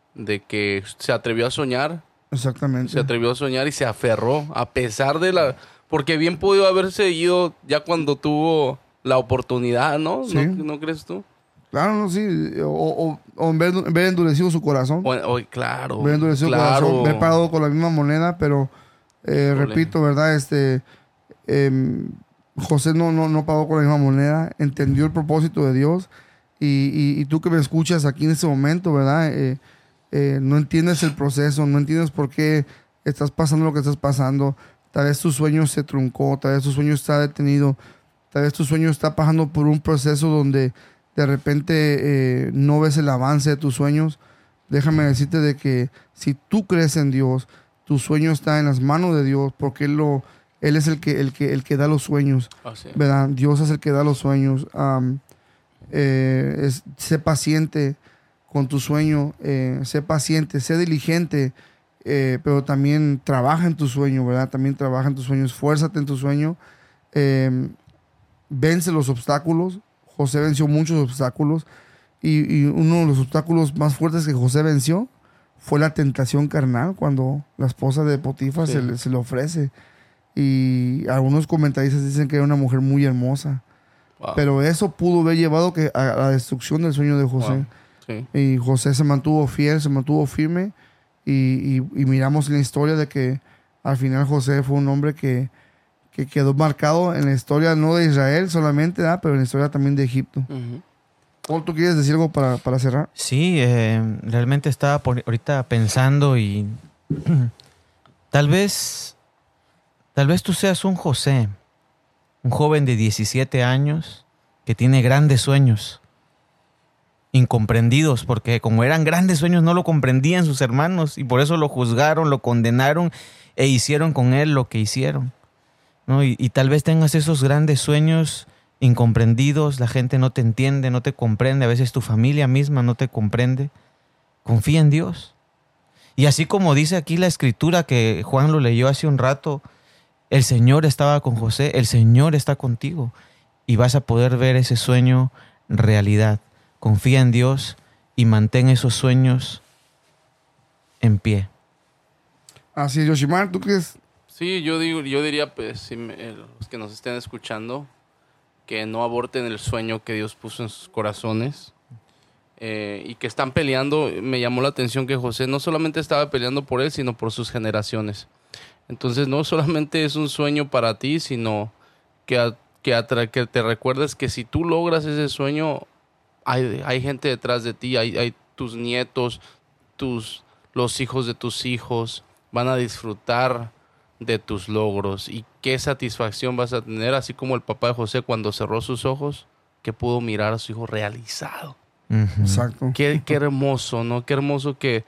de que se atrevió a soñar. Exactamente. Se atrevió a soñar y se aferró a pesar de la... Porque bien pudo haberse ido ya cuando tuvo la oportunidad, ¿no? Sí. ¿No crees tú? Claro, no, sí. O en ver endurecido su corazón. Claro. Ver endurecido su corazón. Ver pagado con la misma moneda, pero repito, ¿verdad? José no pagó con la misma moneda. Entendió el propósito de Dios. Y tú que me escuchas aquí en este momento, ¿verdad? No entiendes el proceso, no entiendes por qué estás pasando lo que estás pasando. Tal vez tu sueño se truncó, tal vez tu sueño está detenido, tal vez tu sueño está pasando por un proceso donde de repente no ves el avance de tus sueños. Déjame decirte de que si tú crees en Dios, tu sueño está en las manos de Dios, porque Él es el que da los sueños, ¿verdad? Dios es el que da los sueños. Sé paciente con tu sueño, sé paciente, sé diligente, pero también trabaja en tu sueño, ¿verdad? También trabaja en tus sueños, esfuérzate en tu sueño, vence los obstáculos. José venció muchos obstáculos y uno de los obstáculos más fuertes que José venció fue la tentación carnal, cuando la esposa de Potifar se le ofrece. Y algunos comentaristas dicen que era una mujer muy hermosa. Wow. Pero eso pudo haber llevado a la destrucción del sueño de José. Wow. Sí. Y José se mantuvo fiel, se mantuvo firme. Y miramos en la historia de que al final José fue un hombre que quedó marcado en la historia, no de Israel solamente, ¿verdad? Pero en la historia también de Egipto. Uh-huh. Paul, ¿tú quieres decir algo para cerrar? Sí, realmente estaba ahorita pensando y tal vez tú seas un José, un joven de 17 años que tiene grandes sueños, incomprendidos, porque como eran grandes sueños no lo comprendían sus hermanos y por eso lo juzgaron, lo condenaron e hicieron con él lo que hicieron, ¿no? Y tal vez tengas esos grandes sueños incomprendidos, la gente no te entiende, no te comprende, a veces tu familia misma no te comprende. Confía en Dios. Y así como dice aquí la escritura que Juan lo leyó hace un rato, el Señor estaba con José, el Señor está contigo y vas a poder ver ese sueño realidad. Confía en Dios y mantén esos sueños en pie. Así es, Yoshimar, ¿tú crees? Sí, yo diría, pues, los que nos estén escuchando, que no aborten el sueño que Dios puso en sus corazones y que están peleando. Me llamó la atención que José no solamente estaba peleando por él, sino por sus generaciones. Entonces no solamente es un sueño para ti, sino que te recuerdes que si tú logras ese sueño, hay gente detrás de ti, hay tus nietos, los hijos de tus hijos van a disfrutar de tus logros. Y qué satisfacción vas a tener, así como el papá de José cuando cerró sus ojos, que pudo mirar a su hijo realizado. Uh-huh. Exacto. Qué hermoso, ¿no? Qué hermoso que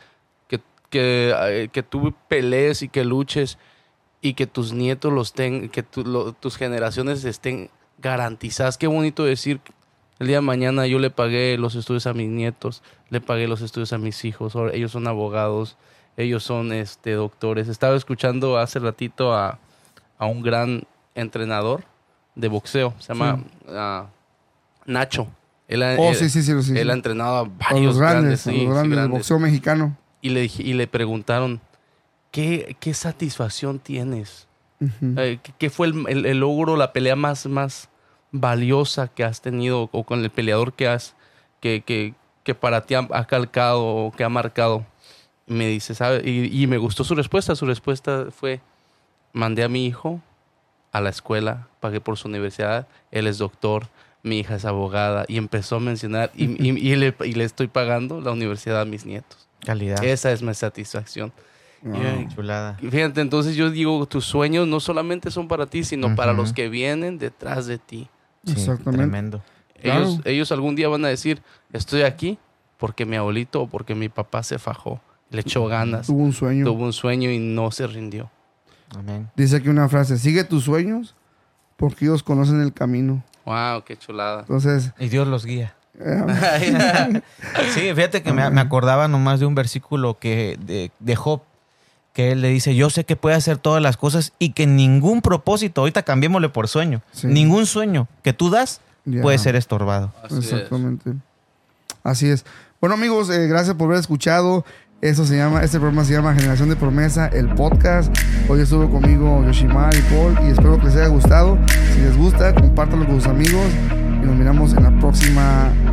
tú pelees y que luches y que tus nietos tus generaciones estén garantizadas. Qué bonito decir, el día de mañana yo le pagué los estudios a mis nietos, le pagué los estudios a mis hijos, ahora ellos son abogados, ellos son doctores. Estaba escuchando hace ratito a un gran entrenador de boxeo, se llama Nacho. Él ha entrenado a varios grandes del boxeo mexicano. Y le preguntaron, ¿qué satisfacción tienes? Uh-huh. ¿Qué fue el logro, la pelea más valiosa que has tenido, o con el peleador que para ti ha calcado o que ha marcado? Y me dice, ¿sabe? Y me gustó su respuesta. Su respuesta fue, mandé a mi hijo a la escuela, pagué por su universidad, él es doctor, mi hija es abogada, y empezó a mencionar, y le estoy pagando la universidad a mis nietos. Calidad. Esa es mi satisfacción. Wow. Chulada. Fíjate, entonces yo digo, tus sueños no solamente son para ti, sino para los que vienen detrás de ti. Sí, exactamente. Tremendo. Ellos algún día van a decir, estoy aquí porque mi abuelito o porque mi papá se fajó, le echó ganas. Tuvo un sueño y no se rindió. Amén. Dice aquí una frase, sigue tus sueños porque ellos conocen el camino. Wow, qué chulada. Entonces, y Dios los guía. Sí, fíjate que me acordaba nomás de un versículo de Job, que él le dice, yo sé que puede hacer todas las cosas y que ningún propósito, ahorita cambiémosle por sueño, ningún sueño que tú das puede ser estorbado. Exactamente. Así es. Bueno, amigos, gracias por haber escuchado. Este programa se llama Generación de Promesa, el podcast. Hoy estuvo conmigo Yoshimar y Paul y espero que les haya gustado. Si les gusta, compártanlo con sus amigos y nos miramos en la próxima